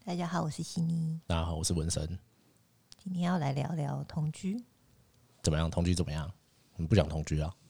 大家好，我是悉尼。 大家好，我是文森。 今天要来聊聊同居， 怎么样？同居怎么样？你不讲同居啊？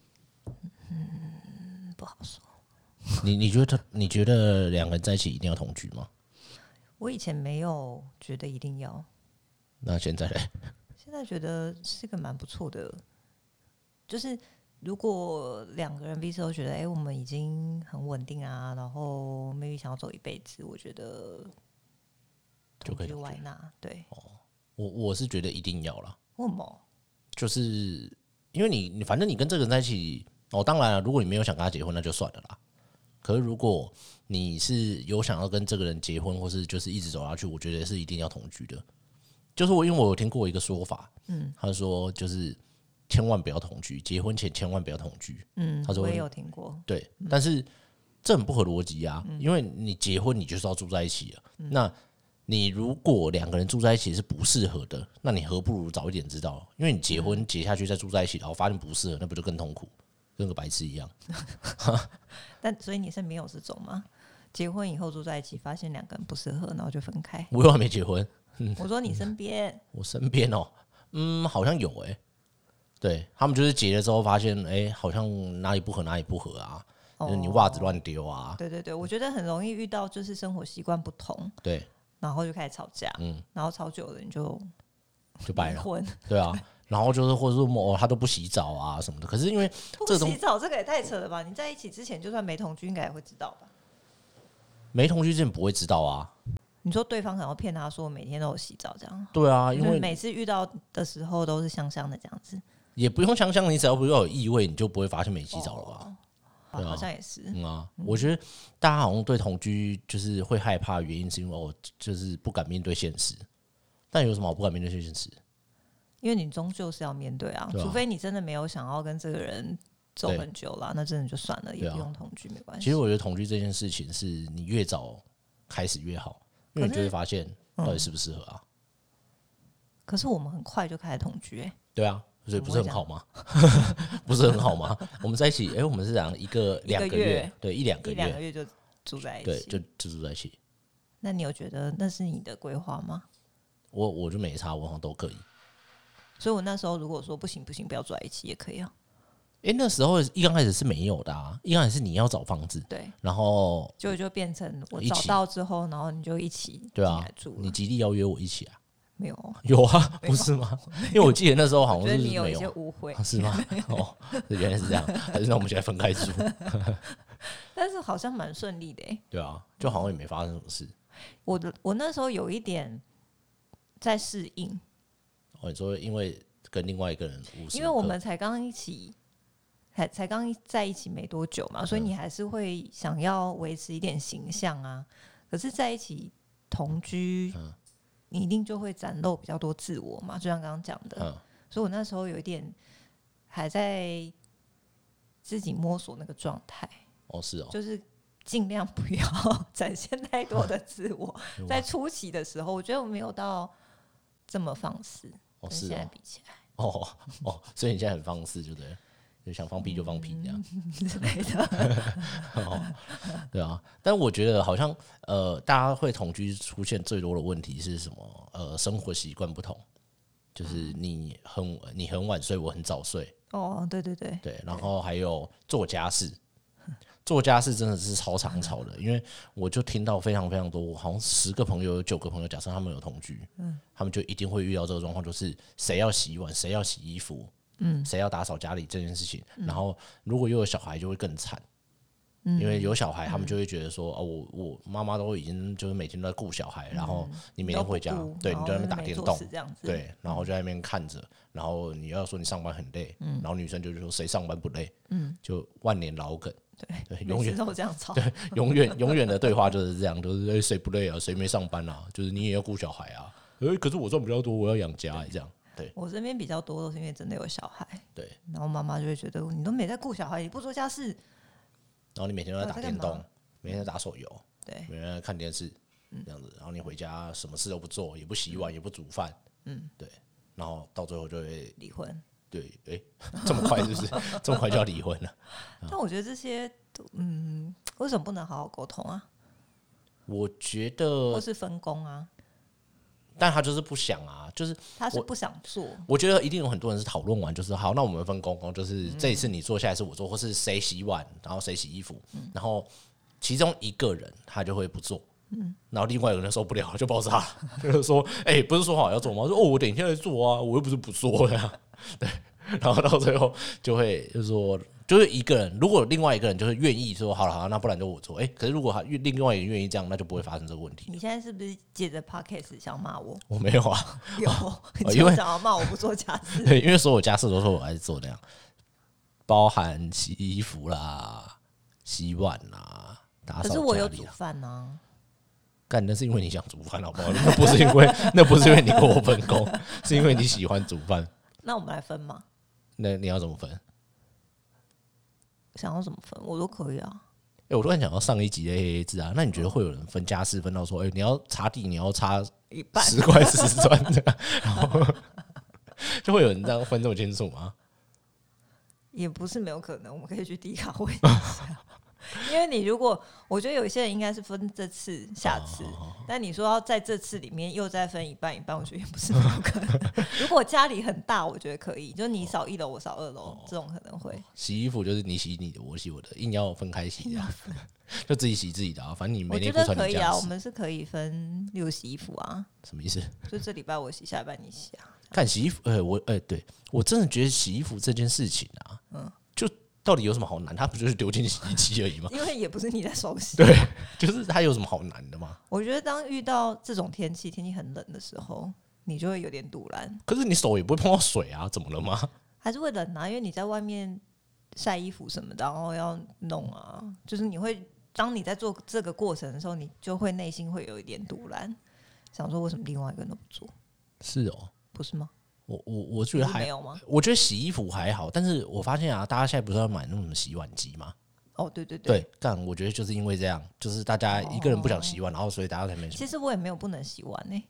不好说。 你觉得两个人在一起一定要同居吗？ 我以前没有觉得一定要， 那现在嘞？ 现在觉得是个蛮不错的。就是如果两个人彼此都觉得，我们已经很稳定啊，然后 maybe 想要走一辈子，我觉得同居 why not？ 对， 我是觉得一定要啦， 为什么？ 就是因为你反正你跟这个人在一起，当然了，如果你没有想跟他结婚，那就算了啦。可是如果你是有想要跟这个人结婚，或是就是一直走下去，我觉得是一定要同居的。就是因为我有听过一个说法，他说就是千万不要同居，结婚前千万不要同居。他说我也有听过， 对，但是这很不合逻辑啊，因为你结婚你就是要住在一起了，那你如果两个人住在一起是不适合的，那你何不如早一点知道？因为你结婚结下去再住在一起，然后发现不适合，那不就更痛苦，跟个白痴一样。 但所以你身边有这种吗？结婚以后住在一起，发现两个人不适合，然后就分开。 我又还没结婚， 我说你身边， 我身边好像有对他们就是结了之后发现，好像哪里不合哪里不合啊，就是你袜子乱丢啊， 对对对，我觉得很容易遇到就是生活习惯不同， 对， 然后就开始吵架，然后吵久了你就掰了， 离婚， 对啊，然后就是或者说他都不洗澡啊什么的，可是因为不洗澡这个也太扯了吧？你在一起之前就算没同居，应该也会知道吧？ 没同居之前不会知道啊。 你说对方可能要骗他说每天都有洗澡这样？ 对啊，因为每次遇到的时候都是香香的这样子， 也不用香香，你只要不要有异味，你就不会发现没洗澡了吧？对啊， 好像也是。 我觉得大家好像对同居就是会害怕的原因是因为就是不敢面对现实。但有什么好不敢面对现实？ 因为你终究是要面对啊，除非你真的没有想要跟这个人走很久啦，那真的就算了，也不用同居没关系。 其实我觉得同居这件事情是你越早开始越好，因为你就会发现到底适不适合啊。 可是我们很快就开始同居对啊，所以不是很好吗？不是很好吗？我们在一起，我们是讲两个月，对，一两个月就住在一起， 对，就住在一起。 那你有觉得那是你的规划吗？ 我就没差，我好像都可以。 所以我那时候如果说不行，不要住在一起也可以啊。 那时候一刚开始是没有的啊，一刚开始是你要找房子， 对， 然后就变成我找到之后，然后你就一起进来住了。 你极力邀约我一起啊？ 没有， 有啊，不是吗？因为我记得那时候好像是你有一些误会， 是吗？原来是这样，还是让我们现在分开住？ 但是好像蛮顺利的对啊，就好像也没发生什么事。 我那时候有一点在适应。 你说因为跟另外一个人因为我们才刚一起，才刚在一起没多久嘛，所以你还是会想要维持一点形象啊。可是在一起同居，你一定就会展露比较多自我嘛，就像刚刚讲的。所以我那时候有一点还在自己摸索那个状态。就是尽量不要展现太多的自我。在初期的时候，我觉得我没有到这么放肆，跟现在比起来。 所以你现在很放肆，就想放屁就放屁这样之类的。 对啊，但我觉得好像大家会同居出现最多的问题是什么？生活习惯不同，就是你很晚睡，我很早睡。 对对对对，然后还有做家事。做家事真的是超常吵的，因为我就听到非常非常多，好像10个朋友有9个朋友，假设他们有同居，他们就一定会遇到这个状况，就是谁要洗碗，谁要洗衣服，谁要打扫家里这件事情。然后如果又有小孩，就会更惨，因为有小孩，他们就会觉得说，我妈妈都已经就是每天都在顾小孩，然后你每天回家，对，你就在那边打电动，对，然后就在那边看着，然后你要说你上班很累，然后女生就说谁上班不累，就万年老梗。 对，永远都这样吵。 对，永远的对话就是这样，就是谁不累啊，谁没上班啊，就是你也要顾小孩啊。可是我赚比较多，我要养家，这样。对， 我身边比较多都是因为真的有小孩， 对， 然后妈妈就会觉得你都没在顾小孩，你不做家事， 然后你每天都在打电动，每天在打手游， 对， 每天在看电视，这样子，然后你回家什么事都不做，也不洗碗，也不煮饭，对，然后到最后就会离婚。 对，这么快是不是？这么快就要离婚了？ 但我觉得这些，为什么不能好好沟通啊？ 我觉得或是分工啊， 但他就是不想啊，就是他是不想做。 我觉得一定有很多人是讨论完，就是好，那我们分工，就是这一次你做，下一次我做，或是谁洗碗，然后谁洗衣服，然后其中一个人他就会不做，然后另外一个人受不了就爆炸了，就是说，不是说好要做吗？说我等一下再做啊，我又不是不做呀，对，然后到最后就会就是说。就是一个人，如果另外一个人就是愿意说好了，那不然就我做。可是如果他另外一个人愿意这样，那就不会发生这个问题。 你现在是不是借着 podcast 想骂我？ 我没有啊， 有，因为想要骂我不做家事。 对，因为所有家事都是我来做那样，包含洗衣服啦、洗碗啦、打扫家里啦。 可是我有煮饭啊。 干，那是因为你想煮饭，好不好？那不是因为你跟我分工，是因为你喜欢煮饭。 那我们来分嘛？ 那你要怎么分？ 想要怎么分，我都可以啊。 我突然想到上一集的 AA 制啊，那你觉得会有人分家事分到说，你要擦地，你要擦一半 10块10砖的，然后就会有人这样分这么清楚吗？ 也不是没有可能，我们可以去迪卡问一下。因为你如果，我觉得有一些人应该是分这次、下次，但你说要在这次里面又再分一半一半，我觉得也不是没有可能。如果家里很大，我觉得可以，就你扫1楼，我扫2楼，这种可能会。 洗衣服就是你洗你的，我洗我的，硬要分开洗啊，就自己洗自己的啊，反正你没内裤穿你家。 我觉得可以啊，我们是可以分例如洗衣服啊。 什么意思？ 就这礼拜我洗，下礼拜你洗啊。 看洗衣服，对我真的觉得洗衣服这件事情啊，就到底有什么好难？它不就是丢进洗衣机而已吗？ 因为也不是你在手洗。 对，就是它有什么好难的吗？ 我觉得当遇到这种天气很冷的时候，你就会有点堵然。 可是你手也不会碰到水啊，怎么了吗？ 还是会冷啊，因为你在外面晒衣服什么的，然后要弄啊，就是你会当你在做这个过程的时候，你就会内心会有一点堵然，想说为什么另外一个人都不做？ 是哦， 不是吗？ 我觉得还没有吗？ 我觉得洗衣服还好，但是我发现啊，大家现在不是要买那种什么洗碗机吗？ 哦，对对对，干，我觉得就是因为这样，就是大家一个人不想洗碗，然后所以大家才没洗。 其实我也没有不能洗碗呢。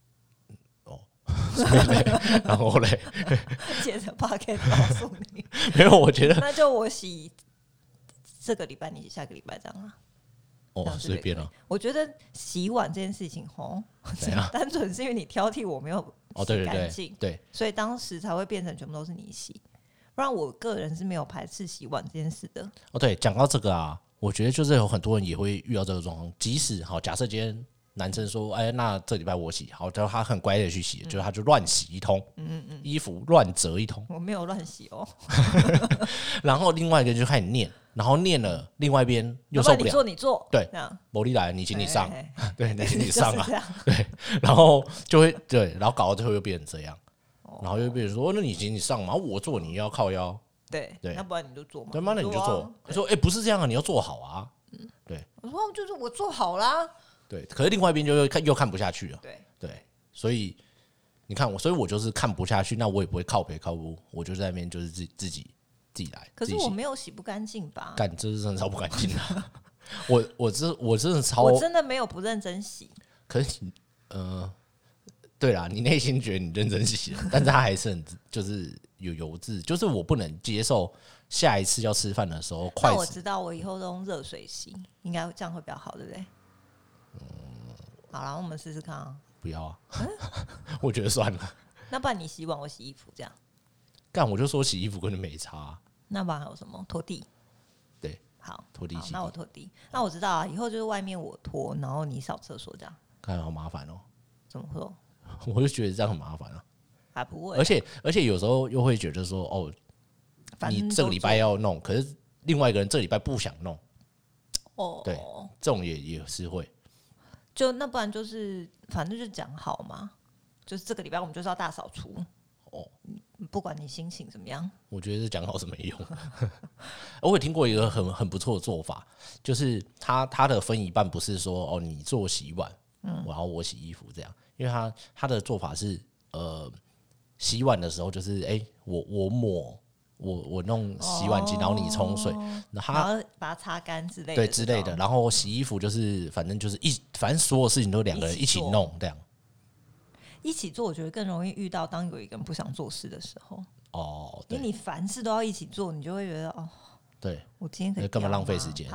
然后嘞， 接着 podcast 告诉你， 没有，我觉得那就我洗这个礼拜，你洗下个礼拜这样啊。 随便了。 我觉得洗碗这件事情，单纯是因为你挑剔我没有洗干净， 对， 所以当时才会变成全部都是你洗。不然我个人是没有排斥洗碗这件事的。 对，讲到这个啊，我觉得就是有很多人也会遇到这个状况。即使好，假设今天男生说，那这礼拜我洗，好，他很乖的去洗，就是他就乱洗一通，衣服乱折一通。 我没有乱洗哦。 然后另外一个就开始念，然后念了，另外一边又受不了。 你做， 对，魔力来，你请你上，对，你请你上啊，对，然后就会对，然后搞到最后又变成这样。然后又变成说，那你请你上嘛，我做你要靠腰， 对，那不然你就做嘛， 对吗？那你就做。他说，不是这样啊，你要做好啊。对， 我说就是我做好啦。对， 可是另外一边就又看不下去了。对，所以你看所以我就是看不下去，那我也不会靠北靠不，我就在那边就是自己来。 可是我没有洗不干净吧？ 干，这是真的超不干净的。我真的超， 我真的没有不认真洗。 可是对啦，你内心觉得你认真洗了，但是他还是很就是有油渍，就是我不能接受下一次要吃饭的时候筷子。 那我知道，我以后都用热水洗，应该这样会比较好，对不对？好啦，我们试试看啊。 不要啊，我觉得算了。 那不然你洗碗，我洗衣服，这样。 干，我就说洗衣服跟你没差啊。 那不然还有什么？拖地。 对， 好， 拖地洗。 那我拖地，那我知道啊，以后就是外面我拖，然后你扫厕所这样。 看好麻烦哦。 怎么说？ 我就觉得这样很麻烦啊。 还不会。 而且有时候又会觉得说，你这个礼拜要弄，可是另外一个人这礼拜不想弄。对，这种也是会。 就那不然就是反正就讲好嘛，就是这个礼拜我们就是要大扫除。不管你心情怎么样，我觉得讲好是没用。我有听过一个很不错的做法，就是他的分一半不是说你做洗碗，然后我洗衣服这样，因为他的做法是洗碗的时候就是我抹。我弄洗碗机，然后你冲水， 然后把它擦干之类的， 对之类的。然后洗衣服就是反正就是反正所有事情都两个人一起弄，这样一起做，我觉得更容易遇到当有一个人不想做事的时候。因为你凡事都要一起做，你就会觉得对，我今天可以干嘛浪费时间？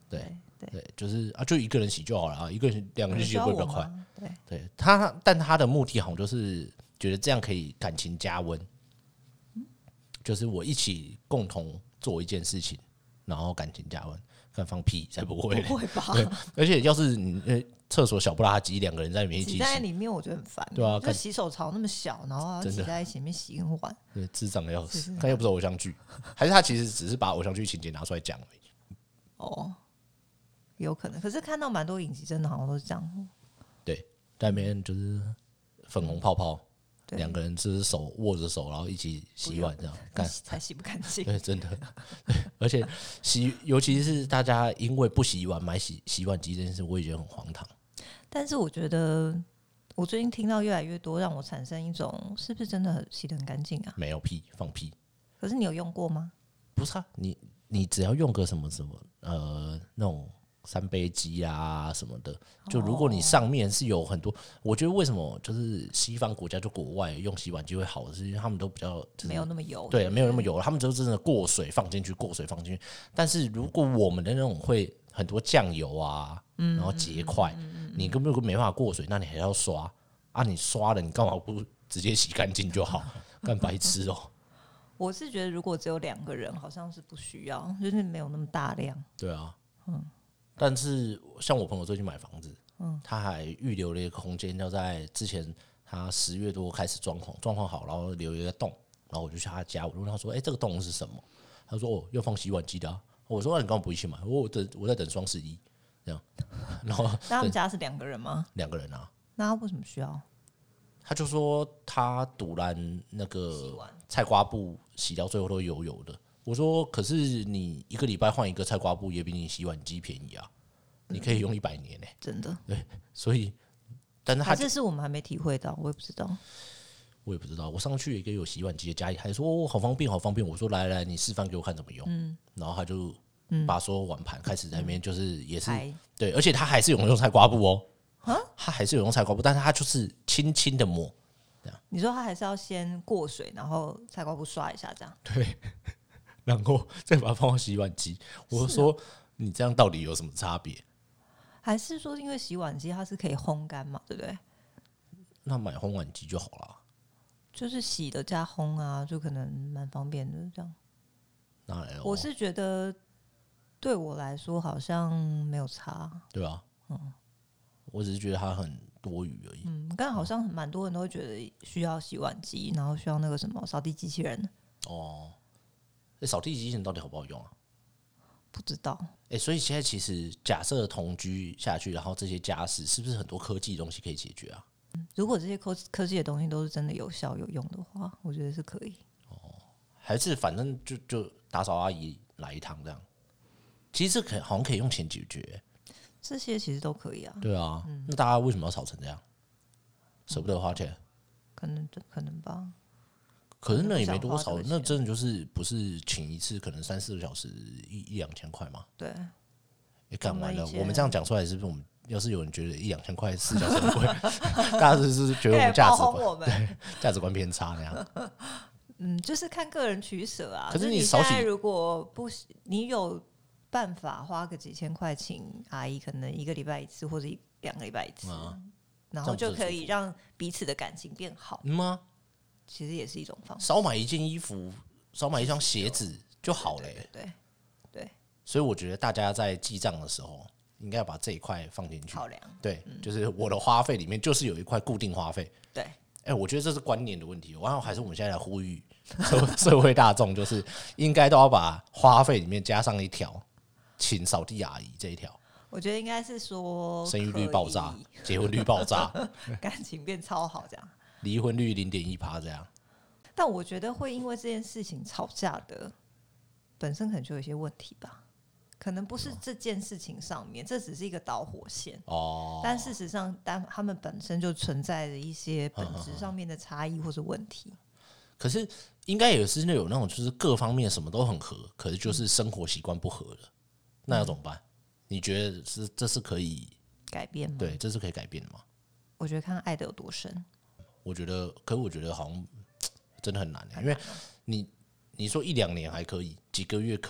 对，就是就一个人洗就好了啊，一个人2个人洗会比较快。对，但他的目的好像就是觉得这样可以感情加温，就是我一起共同做一件事情，然后感情加温。看放屁才不会， 不会吧？ 对，而且要是你厕所小不拉几2个人在里面一起洗， 挤在里面我觉得很烦。 对啊， 就洗手槽那么小，然后挤在一起里面洗很晚， 对，智障的要死。他又不是偶像剧，还是他其实只是把偶像剧情节拿出来讲而已。 哦，有可能。可是看到蛮多影集，真的好像都是这样。 对，在那边就是粉红泡泡，2个人只手握着手，然后一起洗碗这样， 才洗不干净。 对，真的。而且尤其是大家因为不洗碗买洗碗机这件事，我也觉得很荒唐。 但是我觉得，我最近听到越来越多，让我产生一种是不是真的洗得很干净啊？ 没有屁，放屁。 可是你有用过吗？ 不是啊，你只要用个什么那种3杯机啊什么的，就如果你上面是有很多，我觉得为什么就是西方国家就国外用洗碗机会好，是因为他们都比较、 没有那么油， 对，没有那么油，他们就真的过水放进去，过水放进去。但是如果我们的那种会很多酱油啊，然后结块，你根本没办法过水，那你还要刷啊？你刷了，你干嘛不直接洗干净就好？干白痴哦！ 我是觉得如果只有2个人，好像是不需要，就是没有那么大量。 对啊，但是像我朋友最近买房子，他还预留了一个空间，要在之前他10月多开始装潢好，然后留一个洞，然后我就去他家，我就问他说：“这个洞是什么？”他说：“哦，要放洗碗机的啊。”我说：“那你干嘛不一起买？”我在等双11这样。然后那他们家是2个人吗 ？2个人啊。 那他为什么需要？ 他就说他堵拦那个菜瓜布洗到最后都油的。我说，可是你1个礼拜换一个菜瓜布，也比你洗碗机便宜啊！你可以用100年真的。 对，所以，但是还是我们还没体会到，我也不知道。 我也不知道。我上去一个有洗碗机的家里，还说好方便，好方便。我说来，你示范给我看怎么用。然后他就把所有碗盘开始在那边，就是也是对，而且他还是有用菜瓜布哦。他还是有用菜瓜布，但是他就是轻轻的抹。 你说他还是要先过水，然后菜瓜布刷一下，这样对，然后再把它放到洗碗机。我说你这样到底有什么差别？ 还是说因为洗碗机它是可以烘干嘛，对不对？ 那买烘碗机就好了。 就是洗的加烘啊，就可能蛮方便的。这样， 哪来的？ 我是觉得对我来说好像没有差。 对啊，我只是觉得它很多余而已。 但好像蛮多人都会觉得需要洗碗机，然后需要那个什么扫地机器人。 哦，扫地机器人到底好不好用啊？ 不知道。 所以现在其实假设同居下去，然后这些家事是不是很多科技的东西可以解决啊？ 如果这些科技的东西都是真的有效有用的话，我觉得是可以。 还是反正就打扫阿姨来一趟这样，其实好像可以用钱解决。 这些其实都可以啊。 对啊，那大家为什么要吵成这样？舍不得花钱？ 可能吧。 可是那也没多少，那真的就是不是请一次可能3-4个小时1-2千块吗？ 对。 干完了，我们这样讲出来，是不是我们要是有人觉得1-2千块4小时很贵，大家是不是觉得我们价值观偏差那样？ 就是看个人取舍啊。 可是你现在如果不，你有办法花个几千块请阿姨，可能1个礼拜1次或者2个礼拜1次，然后就可以让彼此的感情变好吗？其实也是一种方式。 少买一件衣服，少买一双鞋子就好了。 对。 所以我觉得大家在记账的时候，应该要把这一块放进去考量。 对，就是我的花费里面就是有一块固定花费。 对。 我觉得这是观念的问题。然后还是我们现在来呼吁社会大众，就是应该都要把花费里面加上一条，请扫地阿姨这一条。 我觉得应该是说生育率爆炸，结婚率爆炸， 感情变超好，这样离婚率0.1%这样。 但我觉得会因为这件事情吵架的，本身可能就有一些问题吧。可能不是这件事情上面，这只是一个导火线但事实上，他们本身就存在着一些本质上面的差异或是问题。 可是应该也是有那种，就是各方面什么都很合，可是就是生活习惯不合的，那要怎么办？你觉得这是可以改变吗？ 对，这是可以改变的吗？ 我觉得看爱的有多深。 我觉得好像真的很难，因为你说1-2年还可以，几个月可以。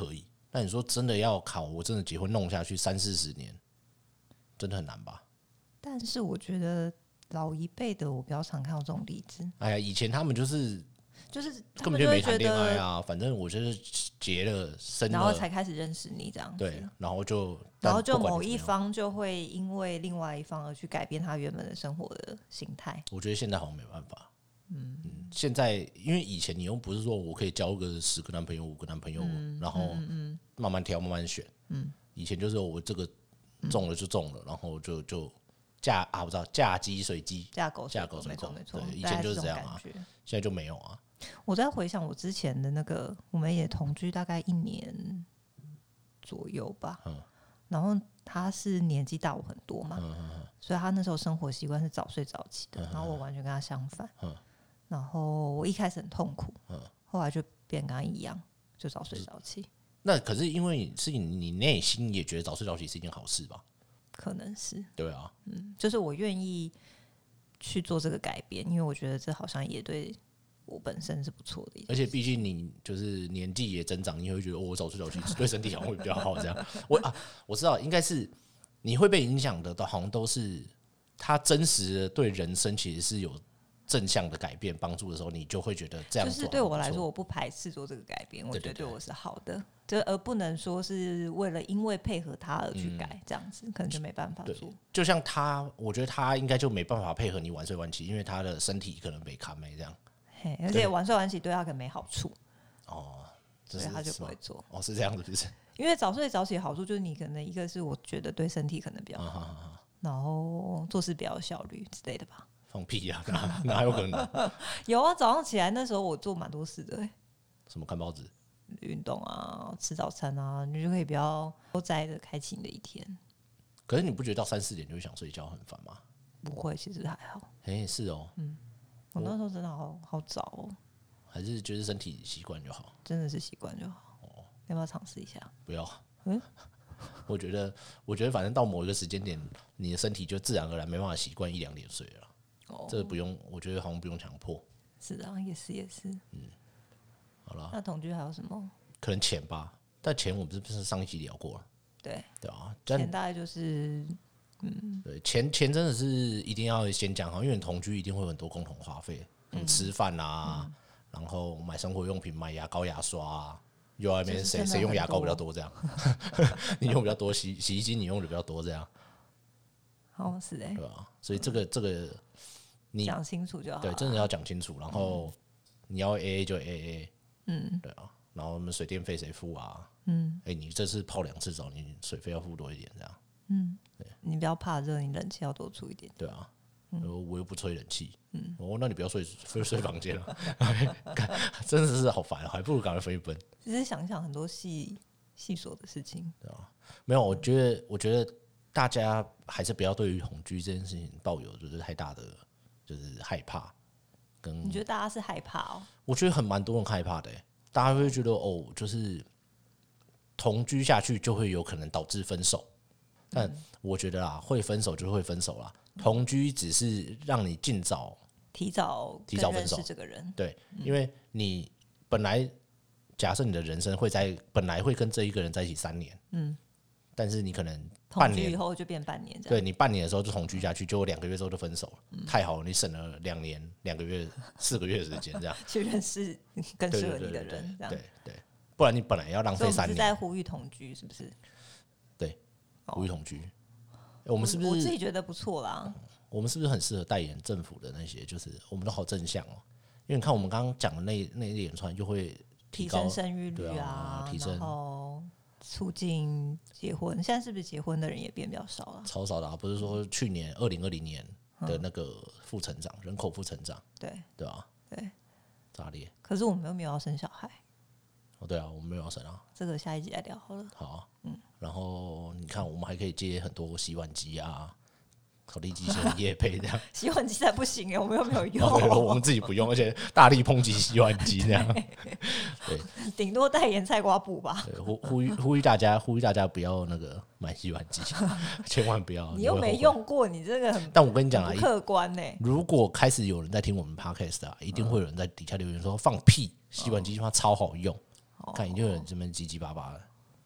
那你说真的要考，我真的结婚弄下去30-40年，真的很难吧？ 但是我觉得老一辈的我比较常看到这种例子。 哎呀，以前他们就是根本就没谈恋爱啊，反正我就是结了生了， 然后才开始认识你这样子。 对，然后就某一方就会因为另外一方而去改变他原本的生活的形态。 我觉得现在好像没办法。现在因为以前你又不是说我可以交个10个男朋友、5个男朋友，然后慢慢挑、慢慢选。以前就是我这个中了就中了，然后就不知道嫁鸡随鸡， 嫁狗随狗， 没错。 对，以前就是这样啊，现在就没有啊。 我在回想我之前的那个，我们也同居大概1年左右吧。然后他是年纪大我很多嘛，所以他那时候生活习惯是早睡早起的，然后我完全跟他相反。然后我一开始很痛苦，后来就变跟他一样，就早睡早起。 那可是因为是你内心也觉得早睡早起是一件好事吧？ 可能是， 对啊， 就是我愿意去做这个改变，因为我觉得这好像也对我本身是不错的。 而且毕竟你就是年纪也增长，你会觉得我早睡早起对身体好像会比较好。这样，我知道应该是你会被影响的，好像都是他真实的对人生其实是有正向的改变帮助的时候，你就会觉得这样就是对我来说，我不排斥做这个改变，我觉得对我是好的，就而不能说是因为配合他而去改，这样子可能就没办法做。 就像他，我觉得他应该就没办法配合你晚睡晚起，因为他的身体可能被卡没这样。 而且晚睡晚起对他可能没好处所以他就不会做。 是这样子，就是因为早睡早起的好处就是你可能一个是我觉得对身体可能比较好，然后做事比较有效率之类的吧。 放屁啊！哪有可能？ 有啊，早上起来那时候我做蛮多事的什么看报纸、 运动啊、吃早餐啊，你就可以比较悠哉的开启你的一天。 可是你不觉得到3-4点就会想睡觉很烦吗？ 不会，其实还好。 是哦。 我那时候真的好早哦。 还是就是身体习惯就好， 真的是习惯就好。要不要尝试一下？ 不要。我觉得反正到某一个时间点，你的身体就自然而然没办法习惯1-2点睡了。这不用，我觉得好像不用强迫。 是啊，也是。 好了。 那同居还有什么？ 可能钱吧，但钱我们不是上一集聊过了？ 对啊， 钱大概就是对钱真的是一定要先讲好，因为你同居一定会有很多共同花费，吃饭啊，然后买生活用品、买牙膏、牙刷啊。又在那边谁用牙膏比较多这样？你用比较多，洗衣机你用的比较多这样。 是对吧？所以这个你讲清楚就好。 对，真的要讲清楚。然后你要 AA 就 AA，对啊。然后我们水电费谁付啊？你这次泡2次澡，你水费要付多一点这样。 对，你不要怕热，你冷气要多出一点。 对啊。我又不吹冷气，那你不要睡房间了，真的是好烦，还不如赶快飞奔。 只是想想很多细琐的事情， 对啊，没有，我觉得大家还是不要对于同居这件事情抱有就是太大的就是害怕。 你觉得大家是害怕哦？ 我觉得蛮多人害怕的，大家会觉得就是同居下去就会有可能导致分手，但我觉得会分手就会分手啦。同居只是让你提早分手这个人， 对，因为你本来假设你的人生本来会跟这一个人在一起3年，但是你可能半年同居以后就变半年， 对，你半年的时候就同居下去，就2个月之后就分手了，太好了，你省了2年2个月4个月的时间，这样去认识更适合你的人，这样对，不然你本来要浪费3年。 所以我们是在呼吁同居，是不是？ 对，呼吁同居。我们是不是？ 我自己觉得不错啦。 我们是不是很适合代言政府的那些？就是我们都好正向哦，因为你看我们刚刚讲的那一连串，就会提升生育率啊，然后促进结婚。现在是不是结婚的人也变比较少了？ 超少的不是说去年2020年的那个负成长，人口负成长，对吧？ 对， 炸裂。 可是我们又没有要生小孩。 对啊，我们没有要生啊。 这个下一集来聊好了。 好啊，然后你看，我们还可以接很多洗碗机啊、扫地机器人业配这样。 洗碗机才不行我们又没有用。 我们自己不用，而且大力抨击洗碗机这样。对， 顶多代言菜瓜布吧。 对，呼吁大家不要那个买洗碗机，千万不要。 你又没用过，你这个很…… 但我跟你讲啊， 不客观如果开始有人在听我们 podcast 啊，一定会有人在底下留言说放屁，洗碗机他妈超好用。看，一定有人这么唧唧巴巴的。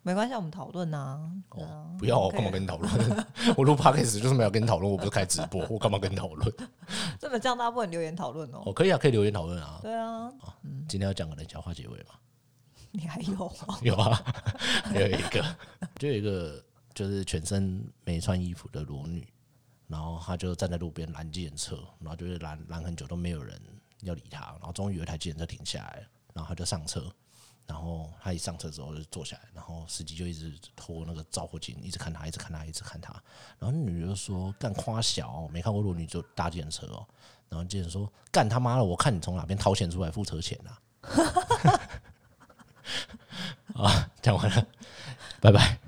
没关系，我们讨论啊。 不要，我干嘛跟你讨论？我录 podcast 就是没有跟你讨论，我不是开直播，我干嘛跟你讨论？ 这么这样，大家不能留言讨论哦。 可以啊，可以留言讨论啊。 对啊， 今天要讲个冷笑话结尾吗？ 你还有有啊，还有一个，就有一个就是全身没穿衣服的裸女，然后她就站在路边拦计程车，然后就是拦很久都没有人要理她，然后终于有一台计程车停下来了，然后她就上车。然后他一上车之后就坐下来，然后司机就一直拖那个照后镜，一直看他，一直看他，一直看他。然后那女的就说：“干夸小，没看过裸女就搭计程车哦。”然后计程说：“干他妈的，我看你从哪边掏钱出来付车钱啊！”啊，讲完了，拜拜。